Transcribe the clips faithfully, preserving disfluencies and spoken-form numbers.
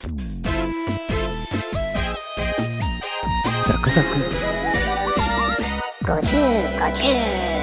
ザクザクごじゅう、ごじゅう。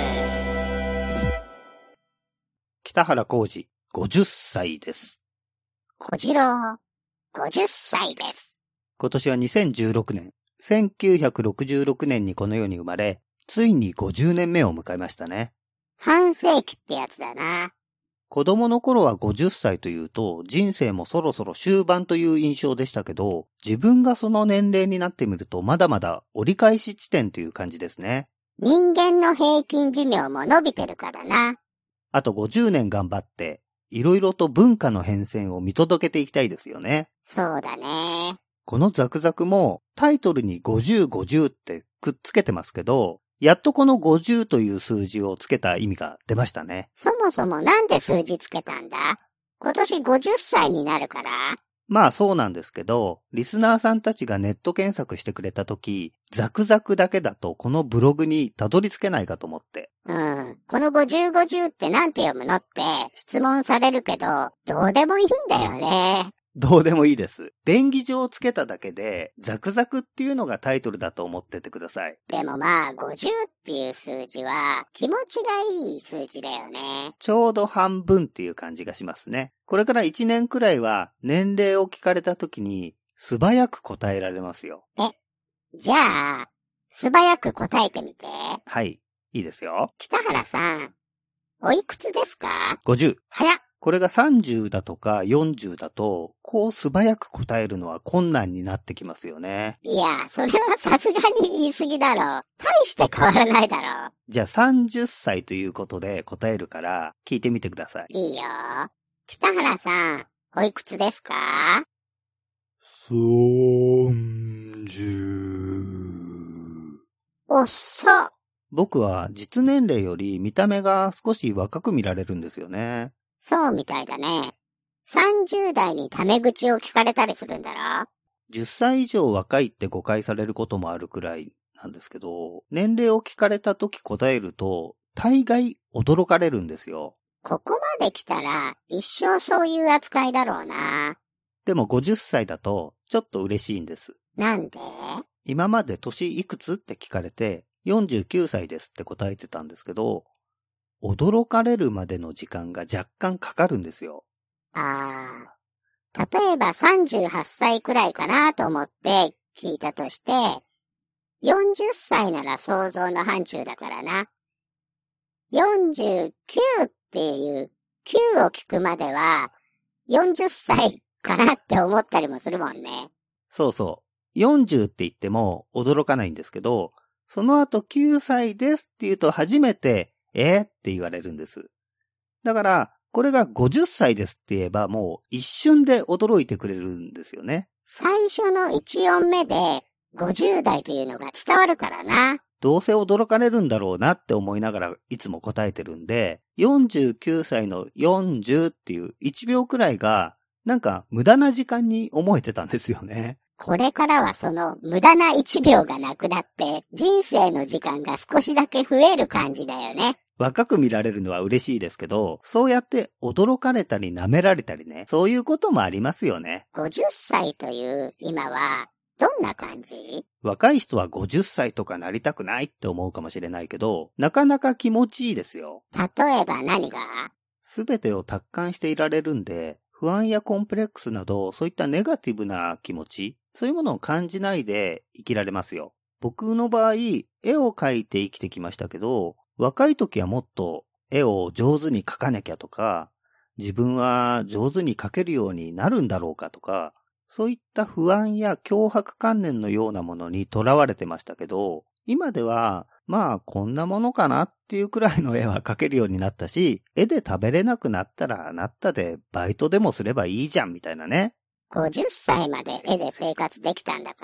北原浩二ごじゅっさいです。 小次郎ごじゅっさいです。 今年はにせんじゅうろくねん、せんきゅうひゃくろくじゅうろくねんにこの世に生まれ、ついにごじゅうねんめを迎えましたね。 半世紀ってやつだな。 子供の頃はごじゅっさいというと、人生もそろそろ終盤という印象でしたけど、自分がその年齢になってみると、まだまだ折り返し地点という感じですね。 人間の平均寿命も伸びてるからな。 あとごじゅうねん頑張って、いろいろと文化の変遷を見届けていきたいですよね。 そうだね。 このザクザクもタイトルにごじゅう、ごじゅうってくっつけてますけど、やっとこのごじゅうという数字をつけた意味が出ましたね。 そもそもなんで数字つけたんだ？今年ごじゅっさいになるから？ まあそうなんですけど、リスナーさんたちがネット検索してくれたとき、ザクザクだけだとこのブログにたどり着けないかと思って。 うん。このごじゅう、ごじゅうってなんて読むのって質問されるけど、どうでもいいんだよね。 どうでもいいです。便宜上つけただけで、ザクザクっていうのがタイトルだと思っててください。 でもまあ、ごじゅうっていう数字は気持ちがいい数字だよね。 ちょうど半分っていう感じがしますね。これからいちねんくらいは年齢を聞かれた時に素早く答えられますよ。 え、じゃあ、素早く答えてみて。 はい、いいですよ。 北原さん、おいくつですか？ ごじゅう。 早っ。 これがさんじゅうだとかよんじゅうだと、こう素早く答えるのは困難になってきますよね。 いや、それはさすがに言い過ぎだろ。大して変わらないだろ。 じゃあさんじゅっさいということで答えるから聞いてみてください。 いいよ。北原さん、おいくつですか？ さんじゅう。 おっそ。 僕は実年齢より見た目が少し若く見られるんですよね。 そうみたいだね。さんじゅう代にタメ口を聞かれたりするんだろ？ じゅっさい以上若いって誤解されることもあるくらいなんですけど、年齢を聞かれた時答えると、大概驚かれるんですよ。 ここまで来たら一生そういう扱いだろうな。 でもごじゅっさいだとちょっと嬉しいんです。 なんで？ 今まで年いくつって聞かれて、よんじゅうきゅうさいですって答えてたんですけど、驚かれるまでの時間が若干かかるんですよ。 ああ。例えばさんじゅうはっさいくらいかなと思って聞いたとして、よんじゅっさいなら想像の範疇だからな。よんじゅうきゅうっていうきゅうを聞くまではよんじゅっさいかなって思ったりもするもんね。 そうそう。よんじゅうって言っても驚かないんですけど、その後きゅうさいですって言うと初めて、えー、って言われるんです。だから、これがごじゅっさいですって言えばもう一瞬で驚いてくれるんですよね。 最初のいち音目でごじゅう代というのが伝わるからな。 どうせ驚かれるんだろうなって思いながらいつも答えてるんで、よんじゅうきゅうさいのよんじゅうっていういちびょうくらいがなんか無駄な時間に思えてたんですよね。 これからはその無駄ないちびょうがなくなって人生の時間が少しだけ増える感じだよね。 若く見られるのは嬉しいですけど、そうやって驚かれたり舐められたりね、そういうこともありますよね。 ごじゅっさいという今はどんな感じ？ 若い人はごじゅっさいとかなりたくないって思うかもしれないけど、なかなか気持ちいいですよ。 例えば何が？ すべてを達観していられるんで、不安やコンプレックスなど、そういったネガティブな気持ち、そういうものを感じないで生きられますよ。僕の場合、絵を描いて生きてきましたけど、若い時はもっと絵を上手に描かなきゃとか、自分は上手に描けるようになるんだろうかとか、そういった不安や脅迫観念のようなものにとらわれてましたけど、今ではまあこんなものかなっていうくらいの絵は描けるようになったし、絵で食べれなくなったらなったでバイトでもすればいいじゃんみたいなね。 ごじゅっさいまで絵で生活できたんだから、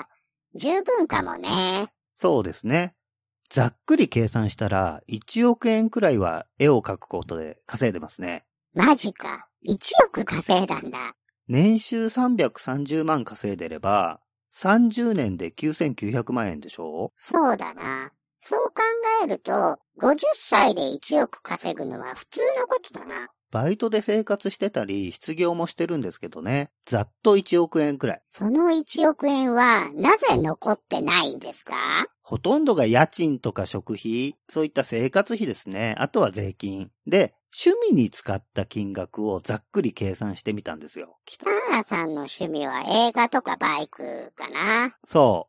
十分かもね。 そうですね。ざっくり計算したらいちおくえんくらいは絵を描くことで稼いでますね。 マジか。いちおく稼いだんだ。 年収さんびゃくさんじゅうまん稼いでれば、さんじゅうねんできゅうせんきゅうひゃくまんえんでしょ？ そうだな。そう考えると、ごじゅっさいでいちおく稼ぐのは普通のことだな。 バイトで生活してたり、失業もしてるんですけどね。ざっといちおくえんくらい。 そのいちおくえんは、なぜ残ってないんですか？ ほとんどが家賃とか食費、そういった生活費ですね。あとは税金。で、趣味に使った金額をざっくり計算してみたんですよ。 北原さんの趣味は映画とかバイクかな？ そう。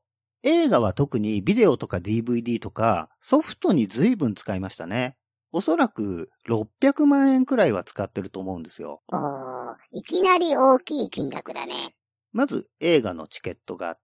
映画は特にビデオとか ディーブイディー とかソフトに随分使いましたね。おそらくろっぴゃくまんえんくらいは使ってると思うんですよ。 おー、いきなり大きい金額だね。 まず映画のチケットがあって、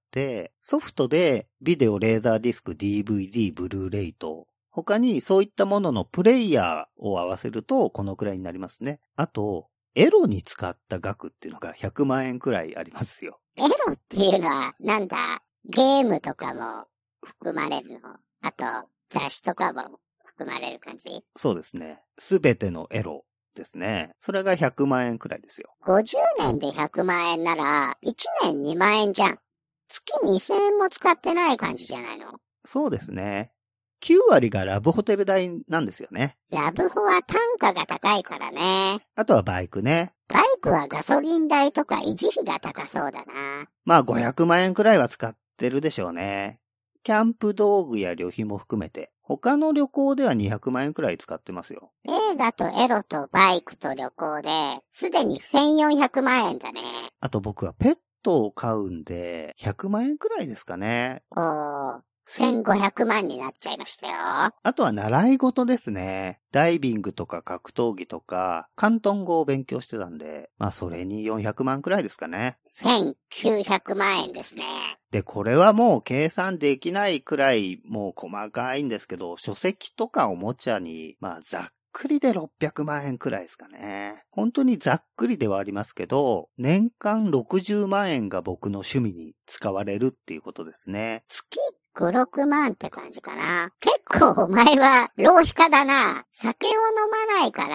ソフトでビデオ、レーザーディスク、ディーブイディー、ブルーレイと、他にそういったもののプレイヤーを合わせるとこのくらいになりますね。あと、エロに使った額っていうのがひゃくまんえんくらいありますよ。 エロっていうのは、なんだ、ゲームとかも含まれるの？あと、雑誌とかも含まれる感じ？ そうですね。すべてのエロですね。それがひゃくまんえんくらいですよ。 ごじゅうねんでひゃくまんえんなら、いちねんにまんえんじゃん。月にせんえんも使ってない感じじゃないの？ そうですね。きゅうわりがラブホテル代なんですよね。 ラブホは単価が高いからね。 あとはバイクね。 バイクはガソリン代とか維持費が高そうだな。 まあごひゃくまんえんくらいは使ってるでしょうね。キャンプ道具や旅費も含めて。他の旅行ではにひゃくまんえんくらい使ってますよ。 映画とエロとバイクと旅行で、すでにせんよんひゃくまんえんだね。 あと僕はペットを飼うんで、ひゃくまんえんくらいですかね。 おー、せんごひゃくまんになっちゃいましたよ。 あとは習い事ですね。ダイビングとか格闘技とか、広東語を勉強してたんで、まあそれによんひゃくまんくらいですかね。 せんきゅうひゃくまんえんですね。 で、これはもう計算できないくらいもう細かいんですけど、書籍とかおもちゃに、まあざっくりでろっぴゃくまんえんくらいですかね。本当にざっくりではありますけど、年間ろくじゅうまんえんが僕の趣味に使われるっていうことですね。 月ご、ろくまんって感じかな。結構お前は浪費家だな。酒を飲まないから、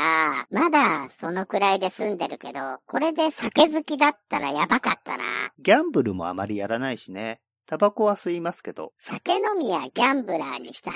まだそのくらいで済んでるけど、これで酒好きだったらやばかったな。 ギャンブルもあまりやらないしね。タバコは吸いますけど。 酒飲みやギャンブラーにしたって、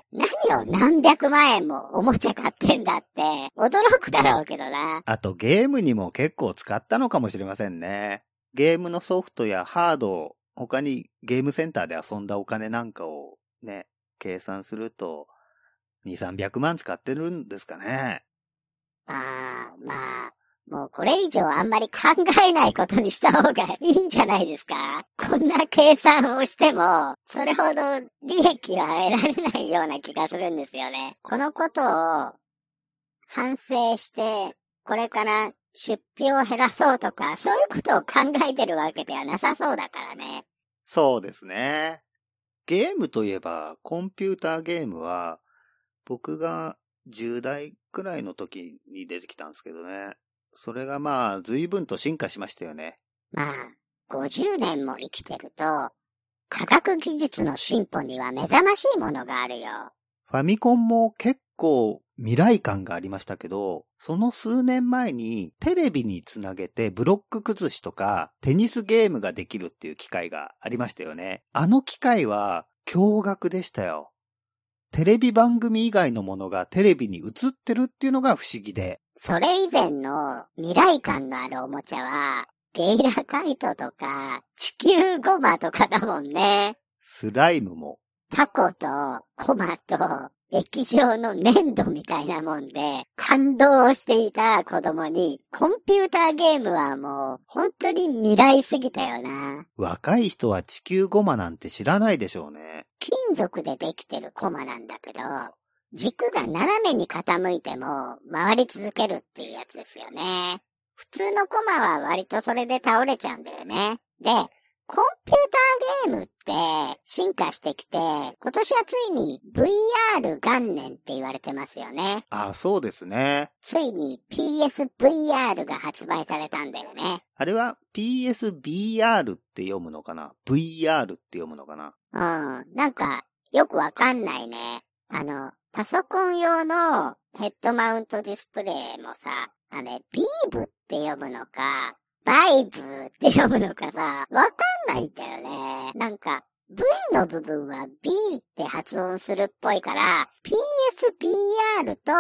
何を何百万円もおもちゃ買ってんだって、驚くだろうけどな。 あとゲームにも結構使ったのかもしれませんね。ゲームのソフトやハードを他にゲームセンターで遊んだお金なんかをね、計算すると、にせんさんびゃくまん使ってるんですかね。 ああ、まあ、もうこれ以上あんまり考えないことにした方がいいんじゃないですか？こんな計算をしても、それほど利益は得られないような気がするんですよね。このことを反省して、これから出費を減らそうとか、そういうことを考えてるわけではなさそうだからね。 そうですね。ゲームといえば、コンピューターゲームは、僕がじゅう代くらいの時に出てきたんですけどね。それがまあ、随分と進化しましたよね。 まあ、ごじゅうねんも生きてると、科学技術の進歩には目覚ましいものがあるよ。 ファミコンも結構未来感がありましたけど、その数年前にテレビにつなげてブロック崩しとかテニスゲームができるっていう機会がありましたよね。あの機会は驚愕でしたよ。テレビ番組以外のものがテレビに映ってるっていうのが不思議で。 それ以前の未来感のあるおもちゃは、ゲイラカイトとか、地球ゴマとかだもんね。 スライムも。 タコとコマと液状の粘土みたいなもんで、感動していた子供に、コンピューターゲームはもう、本当に未来すぎたよな。 若い人は地球ゴマなんて知らないでしょうね。 金属でできてるコマなんだけど、軸が斜めに傾いても回り続けるっていうやつですよね。普通のコマは割とそれで倒れちゃうんだよね。で、コンピューターゲームって進化してきて、今年はついに ブイアール 元年って言われてますよね。 あ、そうですね。 ついに ピーエスブイアール が発売されたんだよね。 あれは ピーエスビーアール って読むのかな？ ブイアール って読むのかな？ うん、なんかよくわかんないね。あの、パソコン用のヘッドマウントディスプレイもさ、あれ、ビーブって読むのか、バイブって読むのかさ、わかんないんだよね。なんか、V の部分は B って発音するっぽいから、ピーエスビーアール と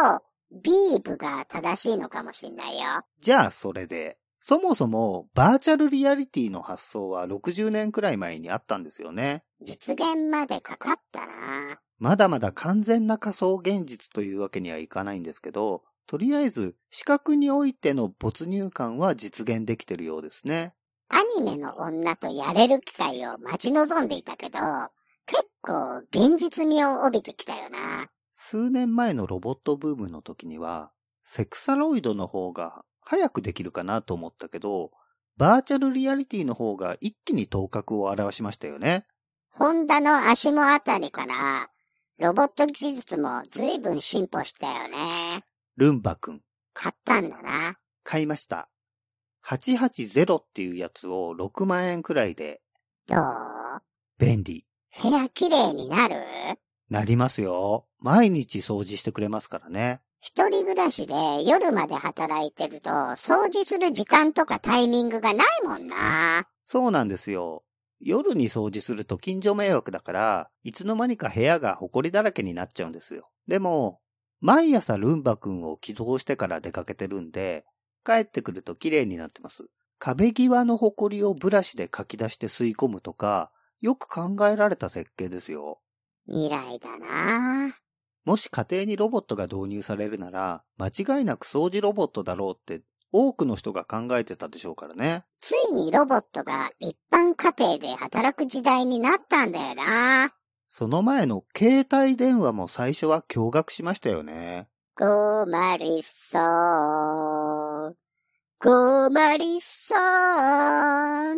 ビーブが正しいのかもしんないよ。 じゃあそれで、そもそもバーチャルリアリティの発想はろくじゅうねんくらい前にあったんですよね。 実現までかかったな。 まだまだ完全な仮想現実というわけにはいかないんですけど、とりあえず視覚においての没入感は実現できてるようですね。 アニメの女とやれる機会を待ち望んでいたけど、結構現実味を帯びてきたよな。 数年前のロボットブームの時には、セクサロイドの方が早くできるかなと思ったけど、バーチャルリアリティの方が一気に頭角を現しましたよね。 ホンダの足もあたりから、ロボット技術も随分進歩したよね。 ルンバくん。 買ったんだな。 買いました。はちはちゼロっていうやつをろくまんえんくらいで。 どう？ 便利。 部屋きれいになる？ なりますよ。毎日掃除してくれますからね。 一人暮らしで夜まで働いてると、掃除する時間とかタイミングがないもんな。 そうなんですよ。夜に掃除すると近所迷惑だから、いつの間にか部屋が埃だらけになっちゃうんですよ。でも、毎朝ルンバくんを起動してから出かけてるんで、帰ってくると綺麗になってます。壁際の埃をブラシでかき出して吸い込むとか、よく考えられた設計ですよ。 未来だな。 もし家庭にロボットが導入されるなら、間違いなく掃除ロボットだろうって多くの人が考えてたでしょうからね。 ついにロボットが一般家庭で働く時代になったんだよな。 その前の携帯電話も最初は驚愕しましたよね。 ごまりそう。ごまりそう。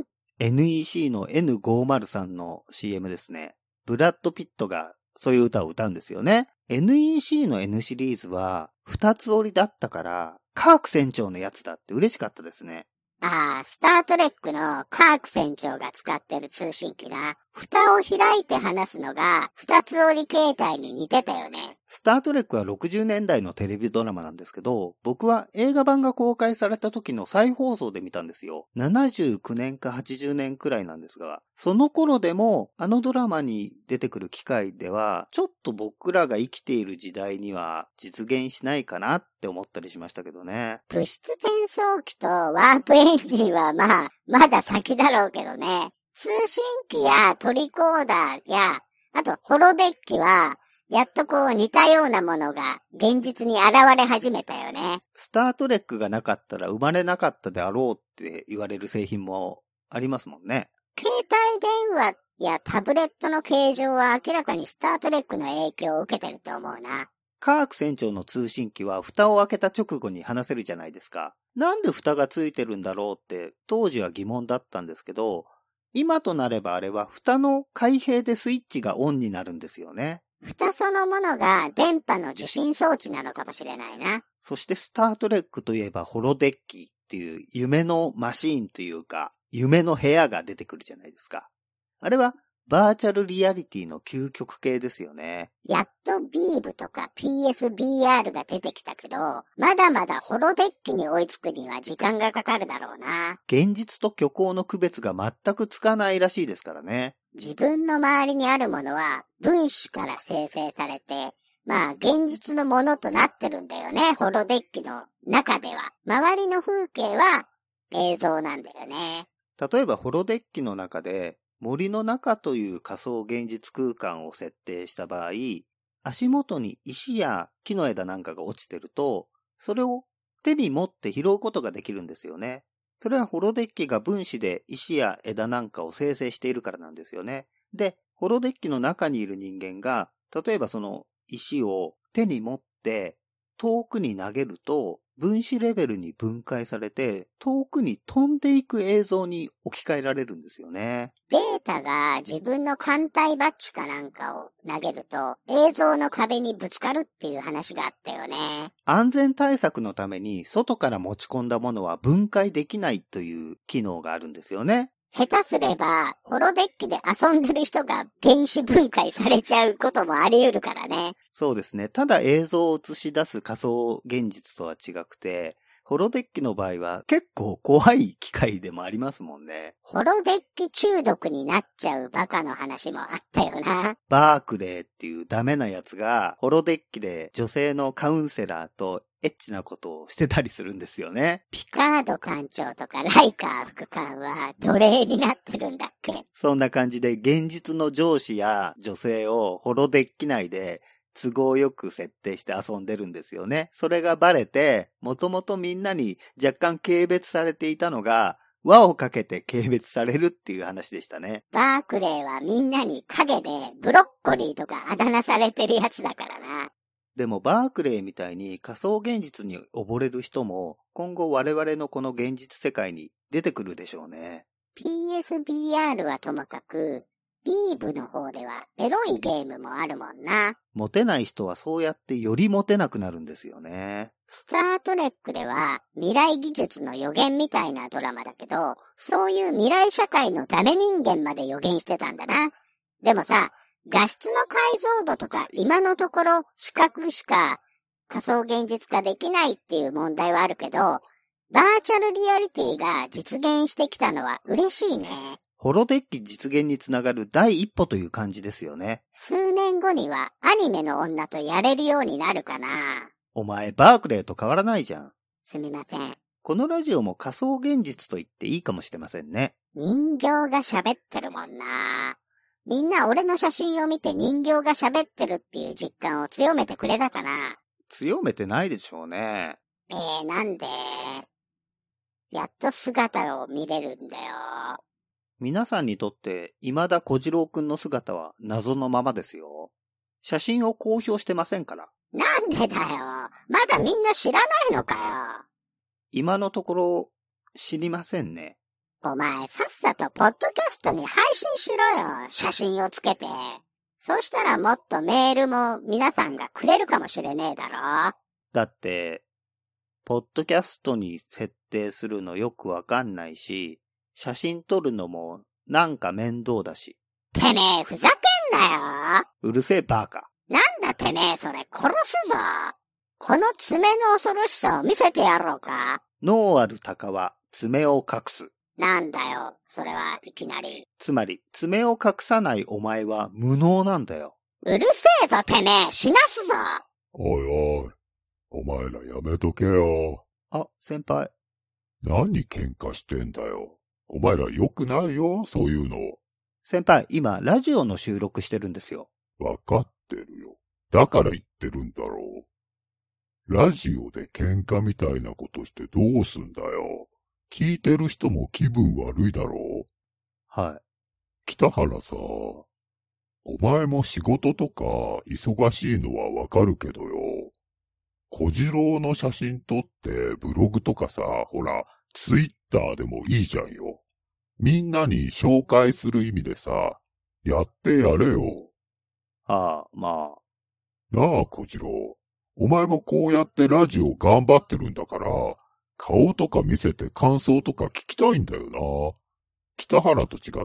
エヌイーシー の エヌごーまるさん の シーエム ですね。ブラッド・ピットがそういう歌を歌うんですよね。エヌイーシー の N シリーズは二つ折りだったから、カーク船長のやつだって嬉しかったですね。 ああ、スタートレックのカーク船長が使ってる通信機な。蓋を開いて話すのが二つ折り携帯に似てたよね。 スタートレックはろくじゅうねんだいのテレビドラマなんですけど、僕は映画版が公開された時の再放送で見たんですよ。ななじゅうきゅうねんかはちじゅうねんくらいなんですが、その頃でもあのドラマに出てくる機械では、ちょっと僕らが生きている時代には実現しないかなって思ったりしましたけどね。 物質転送機とワープエンジンはまあ、まだ先だろうけどね。通信機やトリコーダーや、あとホロデッキは、やっとこう似たようなものが現実に現れ始めたよね。 スタートレックがなかったら生まれなかったであろうって言われる製品もありますもんね。 携帯電話やタブレットの形状は明らかにスタートレックの影響を受けてると思うな。 カーク船長の通信機は蓋を開けた直後に話せるじゃないですか。なんで蓋がついてるんだろうって当時は疑問だったんですけど、今となればあれは蓋の開閉でスイッチがオンになるんですよね。 蓋そのものが電波の受信装置なのかもしれないな。 そしてスタートレックといえばホロデッキっていう夢のマシーンというか、夢の部屋が出てくるじゃないですか。あれはバーチャルリアリティの究極系ですよね。 やっとビーブとか ピーエスビーアール が出てきたけど、まだまだホロデッキに追いつくには時間がかかるだろうな。 現実と虚構の区別が全くつかないらしいですからね。 自分の周りにあるものは分子から生成されて、まあ現実のものとなってるんだよね、ホロデッキの中では。周りの風景は映像なんだよね。 例えばホロデッキの中で森の中という仮想現実空間を設定した場合、足元に石や木の枝なんかが落ちてると、それを手に持って拾うことができるんですよね。それはホロデッキが分子で石や枝なんかを生成しているからなんですよね。で、ホロデッキの中にいる人間が、例えばその石を手に持って遠くに投げると、分子レベルに分解されて、遠くに飛んでいく映像に置き換えられるんですよね。 データが自分の艦隊バッジかなんかを投げると、映像の壁にぶつかるっていう話があったよね。 安全対策のために、外から持ち込んだものは分解できないという機能があるんですよね。 下手すれば、ホロデッキで遊んでる人が原子分解されちゃうこともあり得るからね。 そうですね。ただ映像を映し出す仮想現実とは違くて、 ホロデッキの場合は結構怖い機械でもありますもんね。 ホロデッキ中毒になっちゃうバカの話もあったよな。 バークレーっていうダメなやつが、ホロデッキで女性のカウンセラーとエッチなことをしてたりするんですよね。 ピカード艦長とかライカー副官は奴隷になってるんだっけ？ そんな感じで現実の上司や女性をホロデッキ内で都合よく設定して遊んでるんですよね。それがバレて、もともとみんなに若干軽蔑されていたのが、輪をかけて軽蔑されるっていう話でしたね。 バークレーはみんなに影でブロッコリーとかあだ名されてるやつだからな。 でもバークレーみたいに仮想現実に溺れる人も今後我々のこの現実世界に出てくるでしょうね。 ピーエスビーアール はともかく、ビーブの方ではエロいゲームもあるもんな。 モテない人はそうやってよりモテなくなるんですよね。 スタートレックでは未来技術の予言みたいなドラマだけど、そういう未来社会のダメ人間まで予言してたんだな。でもさ、画質の解像度とか今のところ視覚しか仮想現実化できないっていう問題はあるけど、バーチャルリアリティが実現してきたのは嬉しいね。 ホロデッキ実現につながる第一歩という感じですよね。 数年後にはアニメの女とやれるようになるかな。 お前バークレーと変わらないじゃん。 すみません。 このラジオも仮想現実と言っていいかもしれませんね。 人形が喋ってるもんな。みんな俺の写真を見て人形が喋ってるっていう実感を強めてくれたかな。 強めてないでしょうね。 えー、なんで？やっと姿を見れるんだよ。 皆さんにとって今田小次郎くんの姿は謎のままですよ。写真を公表してませんから。 なんでだよ。まだみんな知らないのかよ。 今のところ知りませんね。 お前さっさとポッドキャストに配信しろよ。写真をつけて。そしたらもっとメールも皆さんがくれるかもしれねえだろ。 だって、ポッドキャストに設定するのよくわかんないし、写真撮るのもなんか面倒だし。 てめえふざけんなよ。 うるせえバーカ。 なんだてめえそれ殺すぞ。この爪の恐ろしさを見せてやろうか。 脳ある鷹は爪を隠す。 なんだよ、それはいきなり。 つまり、爪を隠さないお前は無能なんだよ。 うるせえぞてめえ、死なすぞ。 おいおい、お前らやめとけよ。 あ、先輩。 何喧嘩してんだよ。お前ら良くないよ、そういうの。 先輩、今、ラジオの収録してるんですよ。 わかってるよ。だから言ってるんだろう。ラジオで喧嘩みたいなことしてどうすんだよ。聞いてる人も気分悪いだろう。 はい。 北原さ、お前も仕事とか忙しいのはわかるけどよ。小次郎の写真撮ってブログとかさ、ほら、ツイッターでもいいじゃんよ。みんなに紹介する意味でさ、やってやれよ。 ああ、まあ。 なあ、小次郎。お前もこうやってラジオ頑張ってるんだから、顔とか見せて感想とか聞きたいんだよな。北原と違って、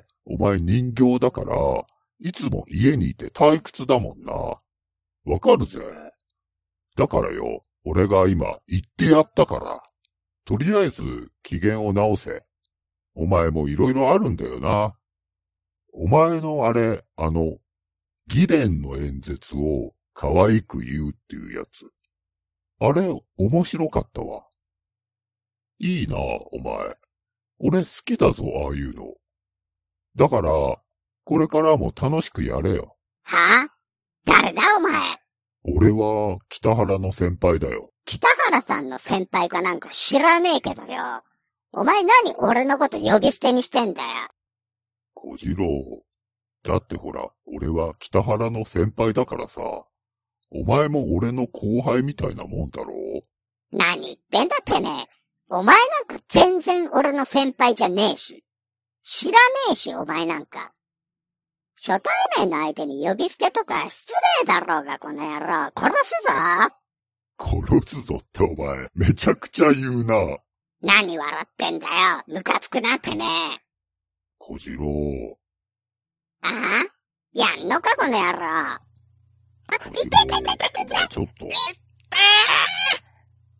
お前人形だから、いつも家にいて退屈だもんな。わかるぜ。だからよ、俺が今言ってやったから。とりあえず機嫌を直せ。お前もいろいろあるんだよな。お前のあれ、あの、議連の演説を可愛く言うっていうやつ。あれ、面白かったわ。いいな、お前。俺好きだぞ、ああいうの。だから、これからも楽しくやれよ。 はぁ？誰だお前。 俺は北原の先輩だよ。 北原さんの先輩かなんか知らねえけどよ。お前何俺のこと呼び捨てにしてんだよ。 小次郎。だってほら、俺は北原の先輩だからさ。お前も俺の後輩みたいなもんだろう。 何言ってんだてめえ。お前なんか全然俺の先輩じゃねえし。知らねえし、お前なんか。初対面の相手に呼び捨てとか失礼だろうが、この野郎。殺すぞ。 殺すぞってお前、めちゃくちゃ言うな。 何笑ってんだよ。ムカつくなってね。 小次郎。 ああ？やんのか、この野郎。あ、 小次郎。ちょっと。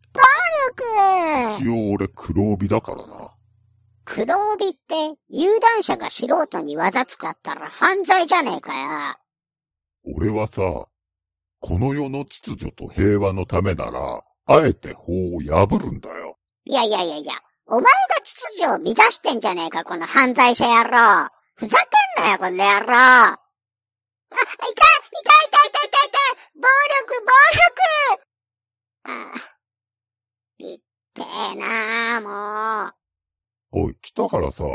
暴力。 一応俺黒帯だからな。 黒帯って有段者が素人に技使ったら犯罪じゃねえかよ。 俺はさ、この世の秩序と平和のためなら、あえて法を破るんだよ。 いやいやいやいや、お前が秩序を乱してんじゃねえか、この犯罪者野郎。ふざけんなよ、この野郎。あ、痛い痛い痛い痛い痛い痛い痛い。暴力暴力。あ、いってえなあ、もおい、北原さ、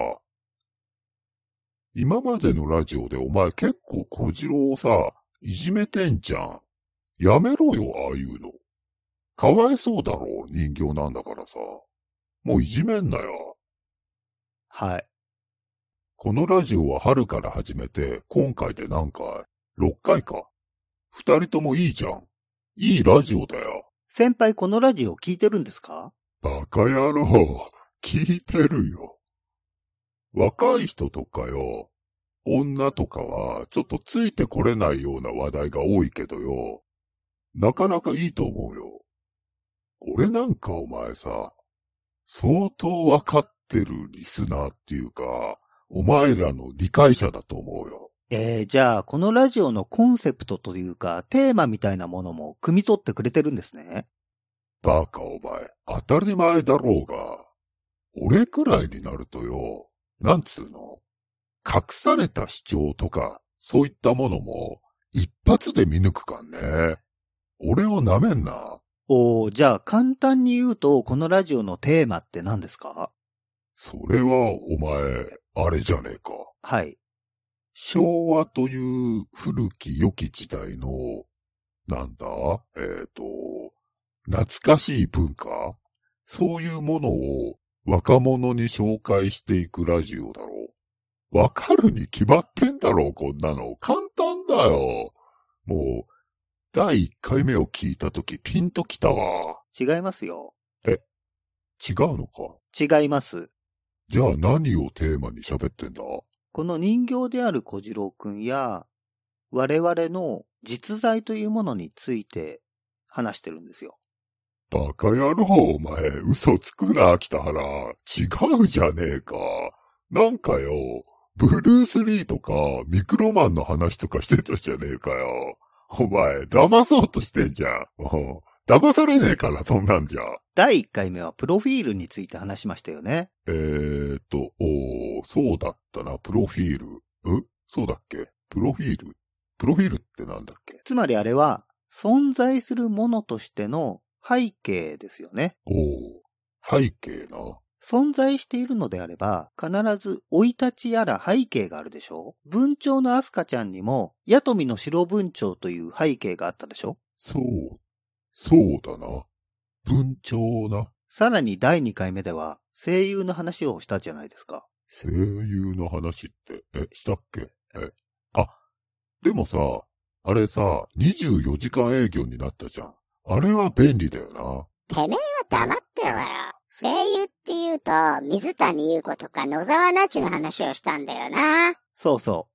今までのラジオでお前結構小次郎をさ、いじめてんじゃん。やめろよ、ああいうの。かわいそうだろ、人形なんだからさ。もういじめんなよ。 はい。 このラジオは春から始めて、今回で何回 ?ろっ 回か。二人ともいいじゃん。いいラジオだよ。 先輩このラジオ聞いてるんですか？ バカ野郎、聞いてるよ。若い人とかよ、女とかはちょっとついてこれないような話題が多いけどよ、なかなかいいと思うよ。俺なんかお前さ、相当わかってるリスナーっていうか、お前らの理解者だと思うよ。 えー、じゃあこのラジオのコンセプトというかテーマみたいなものも汲み取ってくれてるんですね。 バカお前、当たり前だろうが。俺くらいになるとよ、なんつうの、隠された主張とか、そういったものも一発で見抜くかんね。俺を舐めんな。 おー、じゃあ簡単に言うとこのラジオのテーマって何ですか？ それはお前、あれじゃねえか。 はい。 昭和という古き良き時代の、なんだえっと、懐かしい文化？そういうものを若者に紹介していくラジオだろう。わかるに決まってんだろう、こんなの。簡単だよ。もう、だいいっかいめを聞いたときピンときたわ。 違いますよ。 え、違うのか？ 違います。 じゃあ何をテーマに喋ってんだ？ この人形である小次郎くんや、我々の実在というものについて話してるんですよ。 バカ野郎、お前、嘘つくな、北原。違うじゃねえか。なんかよ、ブルース・リーとか、ミクロマンの話とかしてたじゃねえかよ。お前、騙そうとしてんじゃん。もう、騙されねえから、そんなんじゃ。 だいいっかいめはプロフィールについて話しましたよね。 えーっと、おー、そうだったな、プロフィール。ん？そうだっけ？プロフィール？プロフィールってなんだっけ？ つまりあれは、存在するものとしての背景ですよね。 おー、背景な。 存在しているのであれば、必ず生い立ちやら背景があるでしょう。文鳥のアスカちゃんにも、八富の白文鳥という背景があったでしょ。 そう、そうだな。文鳥な。 さらにだいにかいめでは、声優の話をしたじゃないですか。 声優の話って、え、したっけ？え、あ、でもさ、あれさ、にじゅうよじかん営業になったじゃん。あれは便利だよな。 てめえは黙ってろよ。声優って言うと、水谷優子とか野沢那智の話をしたんだよな。 そうそう。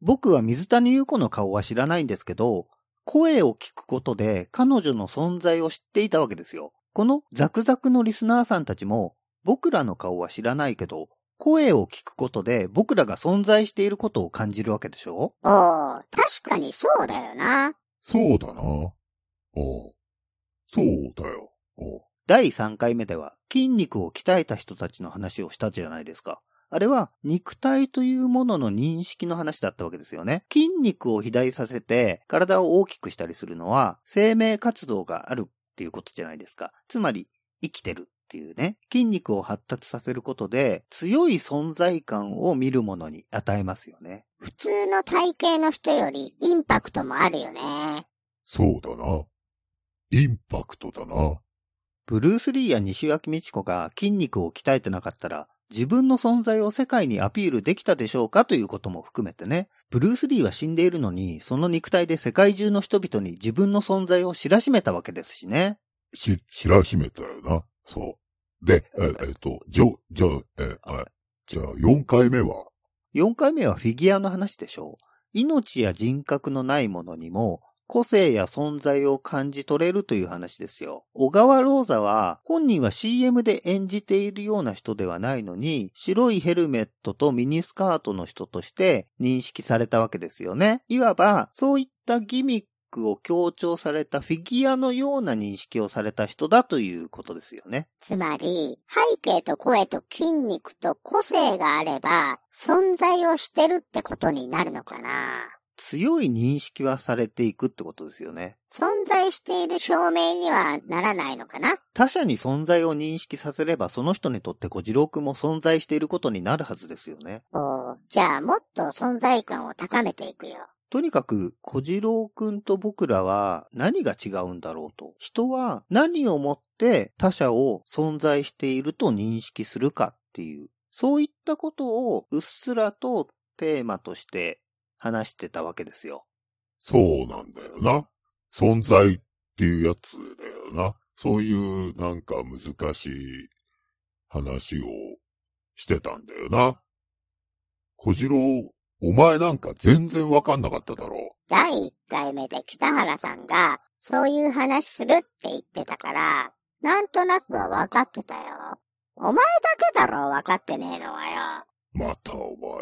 僕は水谷優子の顔は知らないんですけど、声を聞くことで彼女の存在を知っていたわけですよ。このザクザクのリスナーさんたちも、僕らの顔は知らないけど、声を聞くことで僕らが存在していることを感じるわけでしょ？ おー、確かにそうだよな。 そうだな。おう、そうだよ。おう。 だいさんかいめでは筋肉を鍛えた人たちの話をしたじゃないですか。あれは肉体というものの認識の話だったわけですよね。筋肉を肥大させて体を大きくしたりするのは生命活動があるっていうことじゃないですか。つまり生きてるっていうね。筋肉を発達させることで強い存在感を見るものに与えますよね。 普通の体型の人よりインパクトもあるよね。 そうだな。インパクトだな。 ブルース・リーや西脇美智子が筋肉を鍛えてなかったら、自分の存在を世界にアピールできたでしょうかということも含めてね。ブルース・リーは死んでいるのに、その肉体で世界中の人々に自分の存在を知らしめたわけですしね。 し、知らしめたよな。そう。で、え、えっと、じゃ、じゃ、え、あ、じゃあよんかいめは？ よんかいめはフィギュアの話でしょう。命や人格のないものにも、 個性や存在を感じ取れるという話ですよ。小川ローザは本人は シーエム で演じているような人ではないのに、白いヘルメットとミニスカートの人として認識されたわけですよね。いわばそういったギミックを強調されたフィギュアのような認識をされた人だということですよね。 つまり、背景と声と筋肉と個性があれば、存在をしてるってことになるのかな。 強い認識はされていくってことですよね。 存在している証明にはならないのかな。 他者に存在を認識させれば、その人にとって小次郎くんも存在していることになるはずですよね。 おー、じゃあもっと存在感を高めていくよ。 とにかく小次郎くんと僕らは何が違うんだろうと。人は何をもって他者を存在していると認識するかっていう、そういったことをうっすらとテーマとして話してたわけですよ。 そうなんだよな。存在っていうやつだよな。そういうなんか難しい話をしてたんだよな。小次郎、お前なんか全然わかんなかっただろう。 だいいっかいめで北原さんがそういう話するって言ってたから、なんとなくはわかってたよ。お前だけだろ、わかってねえのはよ。 またお前は。 痛い痛い痛い痛い痛い痛い痛い痛い痛い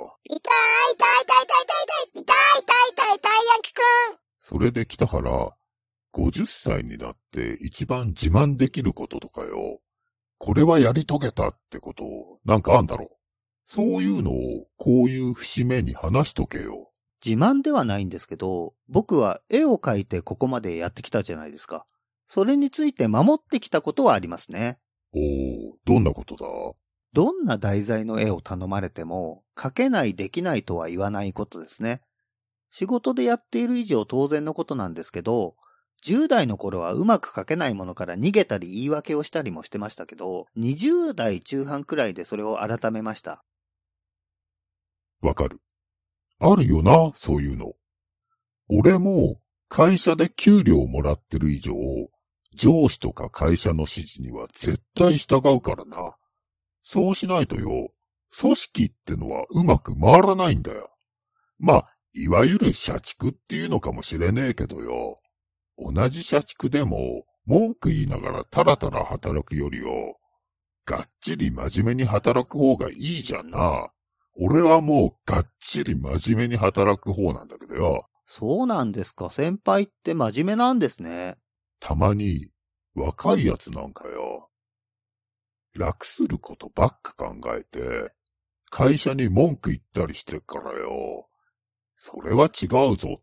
痛い痛い痛い痛い焼きくん。 それで北原、ごじゅっさいになって一番自慢できることとかよ。これはやり遂げたってこと、なんかあんだろう。そういうのをこういう節目に話しとけよ。 自慢ではないんですけど、僕は絵を描いてここまでやってきたじゃないですか。それについて守ってきたことはありますね。 おー、どんなことだ？ どんな題材の絵を頼まれても、描けないできないとは言わないことですね。仕事でやっている以上当然のことなんですけど、じゅう代の頃はうまく描けないものから逃げたり言い訳をしたりもしてましたけど、にじゅう代中半くらいでそれを改めました。 わかる。あるよな、そういうの。俺も会社で給料をもらってる以上、上司とか会社の指示には絶対従うからな。そうしないとよ、組織ってのはうまく回らないんだよ。まあ、いわゆる社畜っていうのかもしれねえけどよ。同じ社畜でも文句言いながらタラタラ働くよりよ、がっちり真面目に働く方がいいじゃんな。俺はもうがっちり真面目に働く方なんだけどよ。 そうなんですか。先輩って真面目なんですね。 たまに若いやつなんかよ。楽することばっか考えて、会社に文句言ったりしてっからよ。それは違うぞって、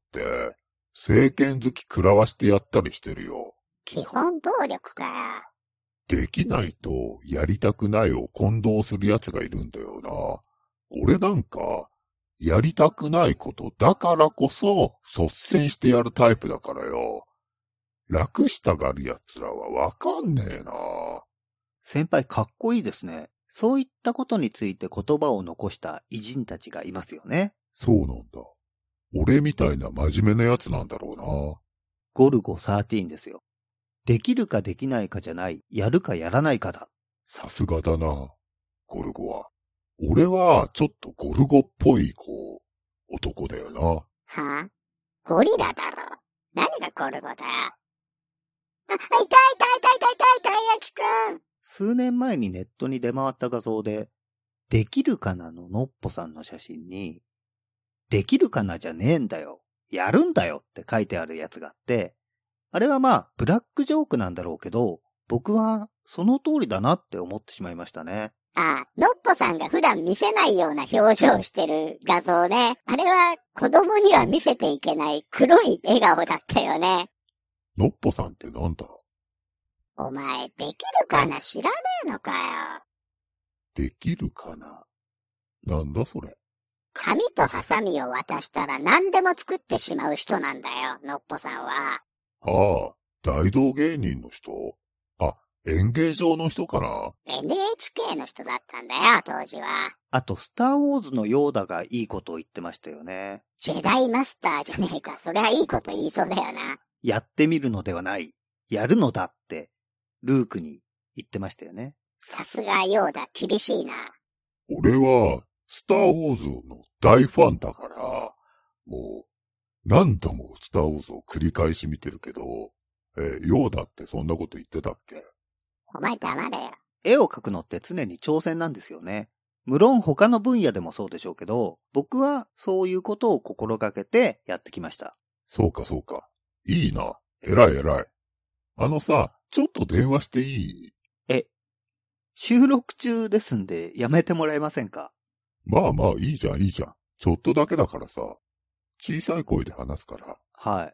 政権好き食らわしてやったりしてるよ。 基本暴力か。 できないとやりたくないを混同する奴がいるんだよな。俺なんか、やりたくないことだからこそ率先してやるタイプだからよ。楽したがる奴らはわかんねえな。 先輩かっこいいですね。そういったことについて言葉を残した偉人たちがいますよね。 そうなんだ。俺みたいな真面目なやつなんだろうな。 ゴルゴじゅうさんですよ。できるかできないかじゃない、やるかやらないかだ。 さすがだな、ゴルゴは。俺はちょっとゴルゴっぽい、こう、男だよな。 はぁ、ゴリラだろ。何がゴルゴだ。あ、痛い痛い痛い痛い痛い痛い焼きくん。 数年前にネットに出回った画像で、できるかなののっぽさんの写真に、できるかなじゃねえんだよ。やるんだよって書いてあるやつがあって、あれはまあ、ブラックジョークなんだろうけど、僕はその通りだなって思ってしまいましたね。 あ、のっぽさんが普段見せないような表情をしてる画像ね。あれは子供には見せていけない黒い笑顔だったよね。 のっぽさんってなんだ？ お前、できるかな知らねえのかよ。 できるかな？なんだそれ。 紙とハサミを渡したら何でも作ってしまう人なんだよ、のっぽさんは。 ああ、大道芸人の人？あ、演芸場の人かな？ エヌエイチケー の人だったんだよ、当時は。 あと、スターウォーズのヨーダがいいことを言ってましたよね。 ジェダイマスターじゃねえか、そりゃいいこと言いそうだよな。 やってみるのではない。やるのだって、ルークに言ってましたよね。 さすがヨーダ、厳しいな。 俺は、スターウォーズの大ファンだから、もう、 何度もスターウォーズを繰り返し見てるけど、えー、ヨーダってそんなこと言ってたっけ？ お前黙れよ。 絵を描くのって常に挑戦なんですよね。無論他の分野でもそうでしょうけど、僕はそういうことを心がけてやってきました。 そうかそうか。いいな。偉い偉い。あのさ、ちょっと電話していい？ え、収録中ですんでやめてもらえませんか？ まあまあいいじゃんいいじゃん。ちょっとだけだからさ。小さい声で話すから。 はい。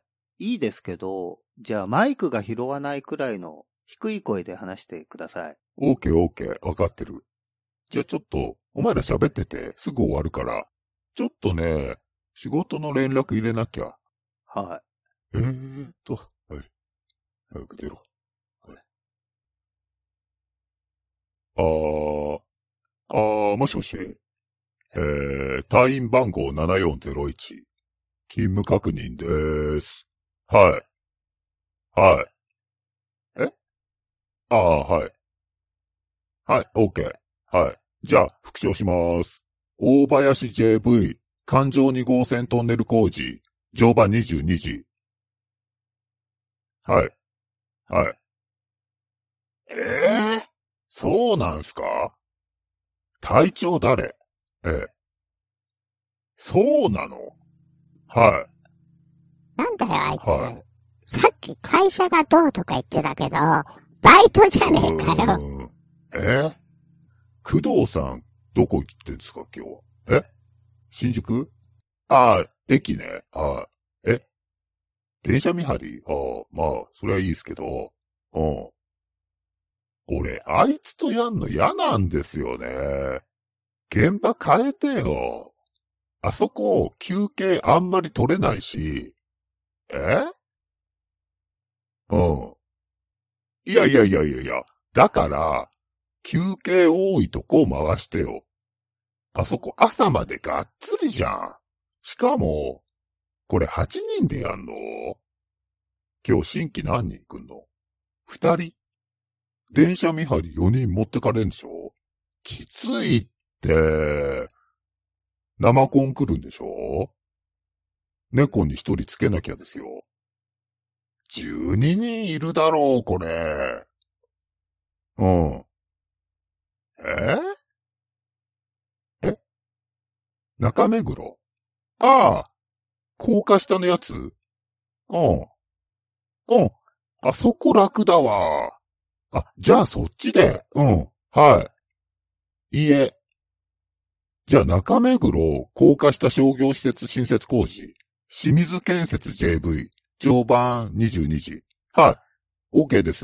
いいですけど、じゃあマイクが拾わないくらいの低い声で話してください。 オーケーオーケー、わかってる。じゃあちょっと、お前ら喋っててすぐ終わるから、ちょっとね、仕事の連絡入れなきゃ。 はい。えーっと、はい。早く出ろ。はい。あー、あー、もしもし。えー、隊員番号ななよんゼロいち。勤務確認でーす。はい。はい。えああ、はい。はい、オーケー。はい。じゃあ、復唱しまーす。大林 ジェーブイ、環状に号線トンネル工事、常磐にじゅうにじ。はい。はい。ええー、そうなんすか？隊長誰？ええ。そうなの？はい。 なんだよあいつ、 はい。 さっき会社がどうとか言ってたけど、バイトじゃねえかよ。 え工藤さん、どこ行ってんですか今日？え新宿？ああ、駅ね。はい。え電車見張り？ああ、まあ、それはいいですけど。うん。俺、あいつとやんの嫌なんですよね。現場変えてよ。あそこ、休憩あんまり取れないし。えうん。いやいやいやいやいや。だから、休憩多いとこ回してよ。あそこ朝までがっつりじゃん。しかも、これはちにんでやんの？今日新規何人来んの？ふたり？電車見張りよにん持ってかれんでしょ？きついって。生コン来るんでしょ？猫にひとりつけなきゃですよ。じゅうににんいるだろう、これ。うん。ええ中目黒？ああ、高架下のやつ？うん。うん。あそこ楽だわ。あ、じゃあそっちで。うん。はい。いいえ。じゃあ中目黒高架下商業施設新設工事。清水建設 ジェーブイ。常磐にじゅうにじ。はい。OK です。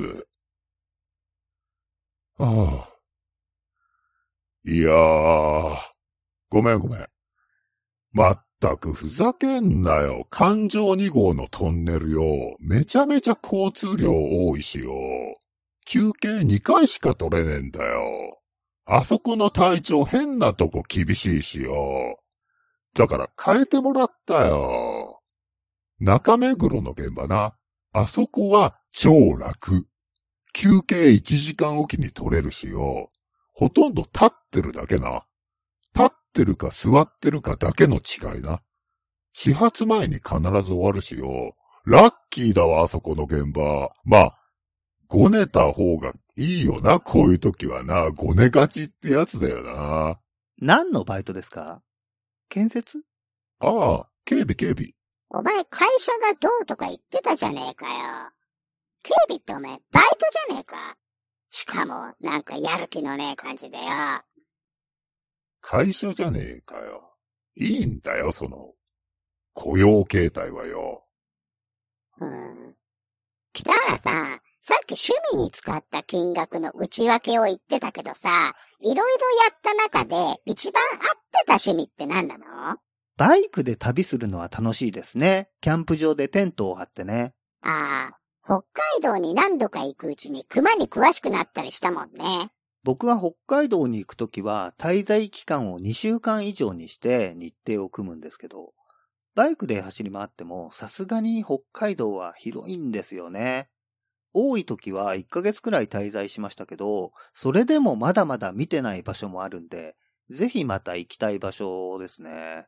はあ。いやー。ごめんごめん。まったくふざけんなよ。環状に号のトンネルよ。めちゃめちゃ交通量多いしよ。休憩にかいしか取れねえんだよ。あそこの隊長変なとこ厳しいしよ。だから変えてもらったよ。中目黒の現場な。あそこは超楽。休憩いちじかんおきに取れるしよ。ほとんど立ってるだけな。立ってるか座ってるかだけの違いな。始発前に必ず終わるしよ。ラッキーだわ、あそこの現場。まあ、ごねた方がいいよな、こういう時はな。ごねがちってやつだよな。 何のバイトですか？建設？ ああ、警備警備。 お前会社がどうとか言ってたじゃねえかよ。警備ってお前バイトじゃねえか。しかもなんかやる気のねえ感じでよ。 会社じゃねえかよ。いいんだよ、その、雇用形態はよ。 うん。北原さん、さっき趣味に使った金額の内訳を言ってたけどさ、いろいろやった中で一番合ってた趣味って何なの？ バイクで旅するのは楽しいですね。キャンプ場でテントを張ってね。 ああ、北海道に何度か行くうちに熊に詳しくなったりしたもんね。 僕は北海道に行くときは滞在期間をにしゅうかん以上にして日程を組むんですけど、バイクで走り回ってもさすがに北海道は広いんですよね。多い時はいっかげつくらい滞在しましたけど、それでもまだまだ見てない場所もあるんで、ぜひまた行きたい場所ですね。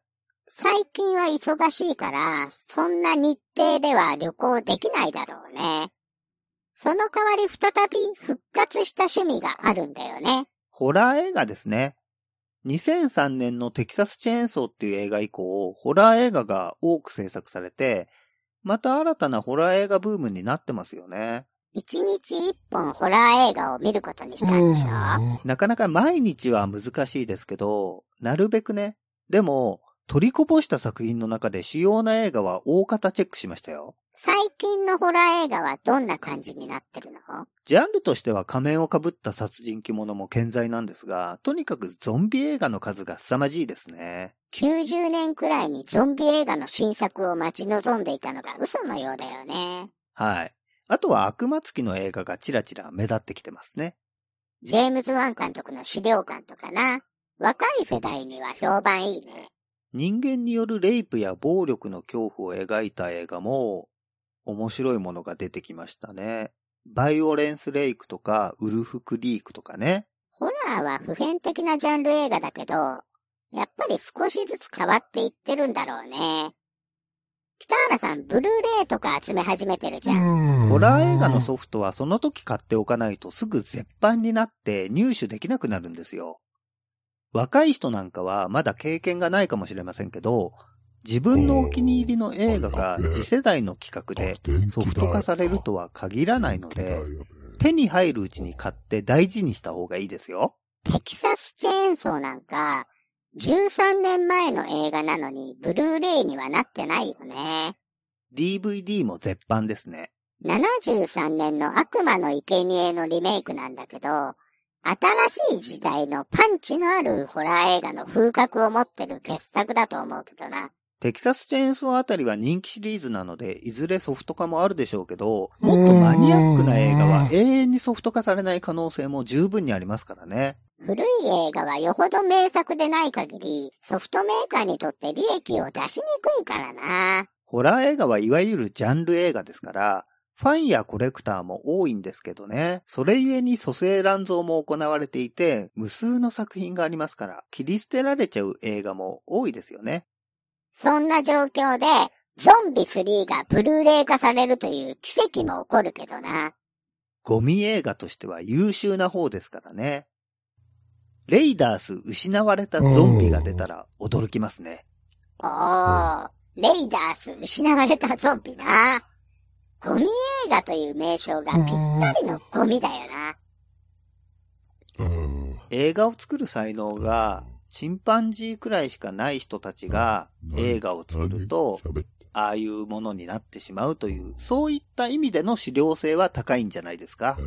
最近は忙しいから、そんな日程では旅行できないだろうね。その代わり再び復活した趣味があるんだよね。 ホラー映画ですね。にせんさんねんのテキサスチェーンソーっていう映画以降、ホラー映画が多く制作されて、また新たなホラー映画ブームになってますよね。 一日一本ホラー映画を見ることにしたんでしょ？ なかなか毎日は難しいですけど、なるべくね。でも、取りこぼした作品の中で主要な映画は大方チェックしましたよ。 最近のホラー映画はどんな感じになってるの？ ジャンルとしては仮面をかぶった殺人鬼物も健在なんですが、とにかくゾンビ映画の数が凄まじいですね。 きゅうじゅうねんくらいにゾンビ映画の新作を待ち望んでいたのが嘘のようだよね。 はい。あとは悪魔付きの映画がちらちら目立ってきてますね。 ジェームズ・ワン監督の資料館とかな。若い世代には評判いいね。 人間によるレイプや暴力の恐怖を描いた映画も面白いものが出てきましたね。バイオレンスレイクとかウルフクリークとかね。 ホラーは普遍的なジャンル映画だけど、やっぱり少しずつ変わっていってるんだろうね。北原さん、ブルーレイとか集め始めてるじゃん。 ホラー映画のソフトはその時買っておかないとすぐ絶版になって入手できなくなるんですよ。若い人なんかはまだ経験がないかもしれませんけど、自分のお気に入りの映画が次世代の企画でソフト化されるとは限らないので、手に入るうちに買って大事にした方がいいですよ。 テキサスチェーンソーなんか、じゅうさんねんまえの映画なのにブルーレイにはなってないよね。 ディーブイディー も絶版ですね。 ななじゅうさんねんの悪魔の生贄のリメイクなんだけど、新しい時代のパンチのあるホラー映画の風格を持ってる傑作だと思うけどな。 テキサスチェーンソーあたりは人気シリーズなので、いずれソフト化もあるでしょうけど、もっとマニアックな映画は永遠にソフト化されない可能性も十分にありますからね。 古い映画はよほど名作でない限り、ソフトメーカーにとって利益を出しにくいからな。 ホラー映画はいわゆるジャンル映画ですから、ファンやコレクターも多いんですけどね。それゆえに蘇生乱造も行われていて、無数の作品がありますから、切り捨てられちゃう映画も多いですよね。 そんな状況で、ゾンビスリーがブルーレイ化されるという奇跡も起こるけどな。 ゴミ映画としては優秀な方ですからね。レイダース失われたゾンビが出たら驚きますね。 おー、レイダース失われたゾンビな。ゴミ映画という名称がぴったりのゴミだよな。 映画を作る才能がチンパンジーくらいしかない人たちが映画を作ると、ああいうものになってしまうという、そういった意味での資料性は高いんじゃないですか。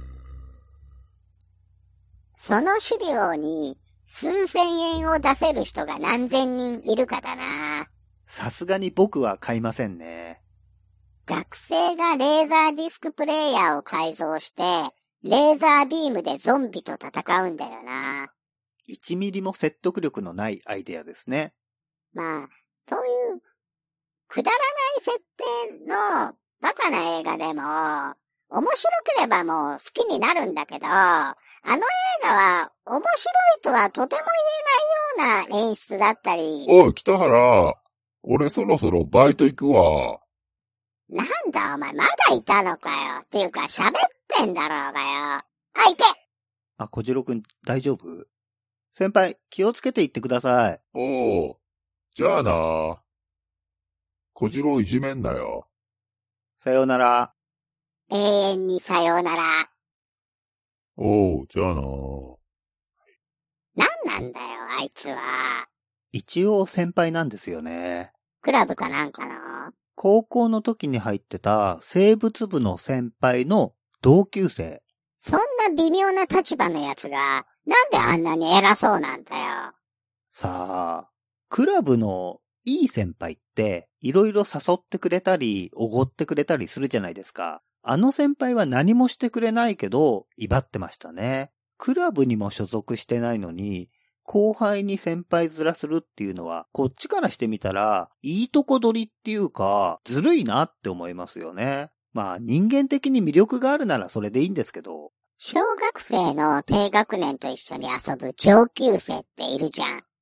その資料に数千円を出せる人が何千人いるかだな。 さすがに僕は買いませんね。 学生がレーザーディスクプレイヤーを改造して、レーザービームでゾンビと戦うんだよな。 いちミリも説得力のないアイデアですね。 まあ、そういうくだらない設定のバカな映画でも、面白ければもう好きになるんだけど、あの映画は面白いとはとても言えないような演出だったり。 おい、北原。俺そろそろバイト行くわ。 なんだお前まだいたのかよ。っていうか喋ってんだろうがよ。あ、いて！ あ、小次郎くん大丈夫？先輩、気をつけて行ってください。 おう。じゃあな。小次郎いじめんなよ。 さようなら。 永遠にさようなら。 おう、じゃあな。 なんなんだよ、あいつは。 一応先輩なんですよね。 クラブかなんかの？ 高校の時に入ってた生物部の先輩の同級生。 そんな微妙な立場のやつが、なんであんなに偉そうなんだよ。 さあ、クラブのいい先輩っていろいろ誘ってくれたり、おごってくれたりするじゃないですか。あの先輩は何もしてくれないけど、威張ってましたね。クラブにも所属してないのに、後輩に先輩面するっていうのは、こっちからしてみたら、いいとこ取りっていうか、ずるいなって思いますよね。まあ人間的に魅力があるならそれでいいんですけど。 小学生の低学年と一緒に遊ぶ上級生っているじゃん。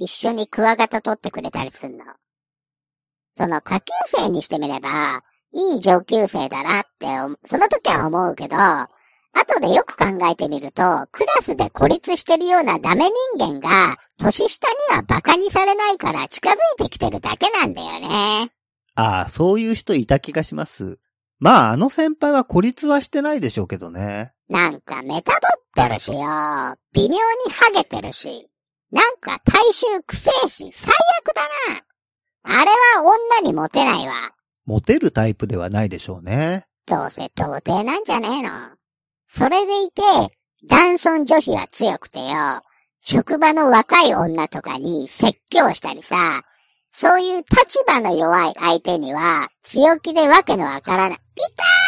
一緒にクワガタ取ってくれたりすんの。その下級生にしてみれば、いい上級生だなって、その時は思うけど、後でよく考えてみると、クラスで孤立してるようなダメ人間が、年下にはバカにされないから近づいてきてるだけなんだよね。 ああ、そういう人いた気がします。まあ、あの先輩は孤立はしてないでしょうけどね。 なんかメタボってるしよ。微妙にハゲてるし。なんか体臭くせえし、最悪だな。あれは女にモテないわ。 モテるタイプではないでしょうね。 どうせ童貞なんじゃねえの。それでいて、男尊女卑は強くてよ。職場の若い女とかに説教したりさ、そういう立場の弱い相手には、強気でわけのわからない。痛い痛い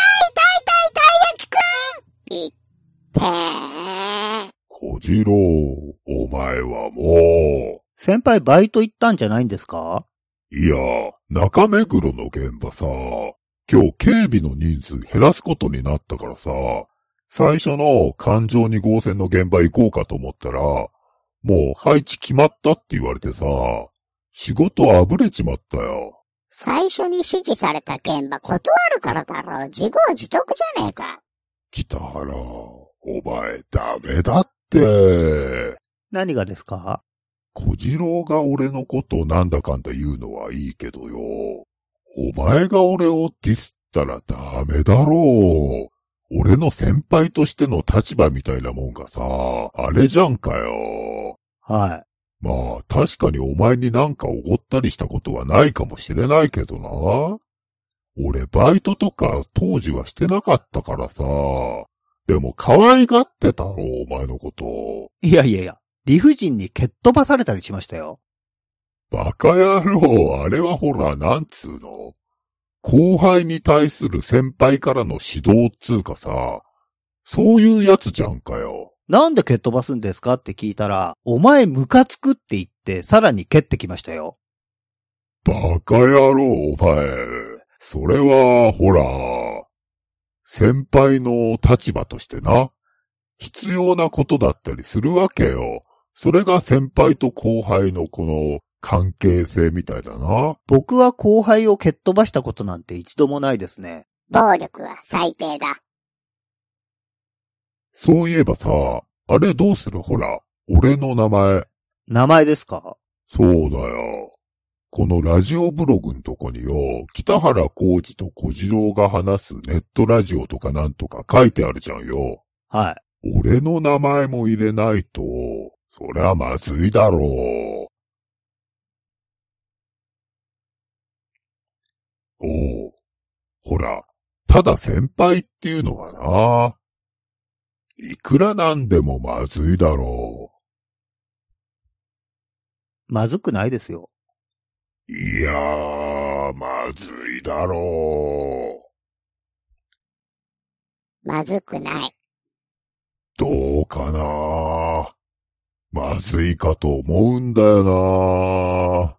痛いたい焼きくんいってー。 小次郎、お前はもう。 先輩バイト行ったんじゃないんですか？ いや、中目黒の現場さ、今日警備の人数減らすことになったからさ、最初の環状に号線の現場行こうかと思ったら、もう配置決まったって言われてさ、仕事あぶれちまったよ。 最初に指示された現場断るからだろ。自業自得じゃねえか。 北原、お前ダメだって。 何がですか？ 小次郎が俺のことなんだかんだ言うのはいいけどよ。お前が俺をディスったらダメだろう。俺の先輩としての立場みたいなもんがさ、あれじゃんかよ。 はい。 まあ確かにお前になんかおごったりしたことはないかもしれないけどな。俺バイトとか当時はしてなかったからさ。でも可愛がってたろ、お前のこと。 いやいやいや、理不尽に蹴っ飛ばされたりしましたよ。 バカ野郎、あれはほら、なんつうの。後輩に対する先輩からの指導っつうかさ、そういうやつじゃんかよ。 なんで蹴っ飛ばすんですかって聞いたら、お前ムカつくって言ってさらに蹴ってきましたよ。 バカ野郎、お前。それは、ほら、先輩の立場としてな、必要なことだったりするわけよ。それが先輩と後輩のこの関係性みたいだな。 僕は後輩を蹴っ飛ばしたことなんて一度もないですね。 暴力は最低だ。 そういえばさ、あれどうする？ほら、俺の名前。 名前ですか？ そうだよ。このラジオブログんとこによ、北原浩二と小次郎が話すネットラジオとかなんとか書いてあるじゃんよ。 はい。 俺の名前も入れないと、そりゃまずいだろう。おう。ほら、ただ先輩っていうのはな、いくらなんでもまずいだろまずくないですよ。 う。いやー、まずいだろう。まずくない。 どうかな。まずいかと思うんだよな。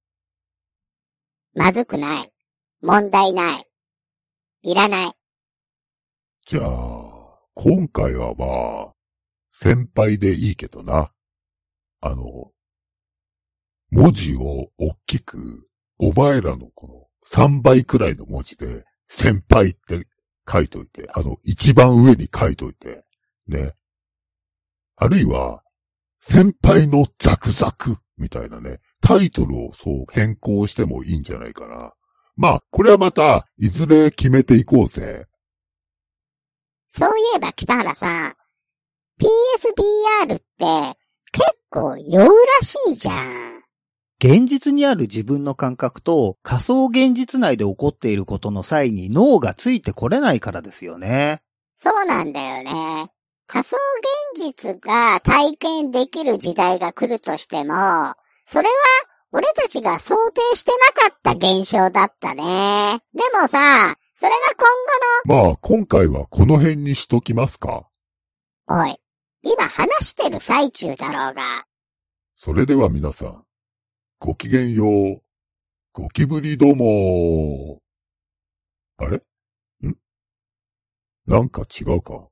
まずくない。問題ない。いらない。 じゃあ、今回はまあ、先輩でいいけどな。あの、文字を大きく、お前らのこのさんばいくらいの文字で、先輩って書いといて、あの、一番上に書いといて、ね。あるいは、先輩のザクザクみたいなね、タイトルをそう変更してもいいんじゃないかな。まあ、これはまた、いずれ決めていこうぜ。 そういえば北原さん、ピーエスビーアール って結構酔うらしいじゃん。 現実にある自分の感覚と仮想現実内で起こっていることの際に脳がついてこれないからですよね。 そうなんだよね。仮想現実が体験できる時代が来るとしても、それは俺たちが想定してなかった現象だったね。でもさ、それが今後の…まあ、今回はこの辺にしときますか。 おい、今話してる最中だろうが。 それでは皆さん、ごきげんよう。ゴキブリども。あれ？ん？なんか違うか。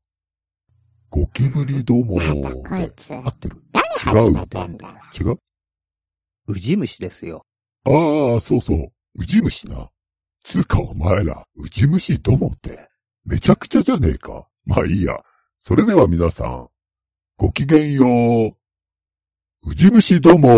ゴキブリども。 なんだこいつ。 合ってる？ 何始めてんだ。 違う？ ウジ虫ですよ。 ああ、そうそう。ウジ虫な。つうかお前ら、ウジ虫どもって、めちゃくちゃじゃねえか。まあいいや。それでは皆さん、ごきげんよう。ウジ虫ども。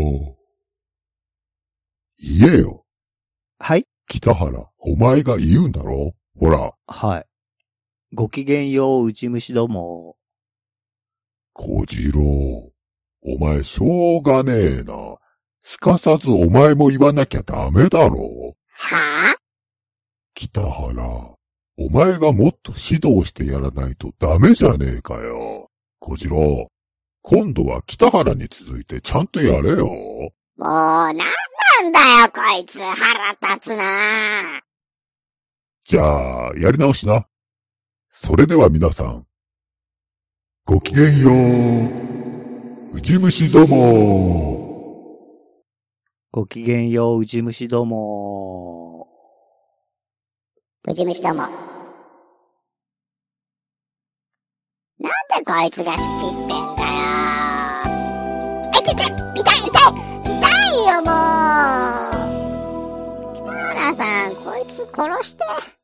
言えよ。 はい。 北原、お前が言うんだろ？ほら。 はい。ごきげんよう、ウジ虫ども。 小次郎、お前しょうがねえな。すかさずお前も言わなきゃダメだろ。 はぁ？ 北原、お前がもっと指導してやらないとダメじゃねえかよ。小次郎、今度は北原に続いてちゃんとやれよ。 もうなんなんだよこいつ、腹立つな。 じゃあ、やり直しな。それでは皆さん、ごきげんよう。ウジ虫ども。 ごきげんよう、ウジ虫ども。 ウジ虫ども。なんでこいつが仕切ってんだよ。え、てて、痛い痛い痛いよもう。北原さん、こいつ殺して。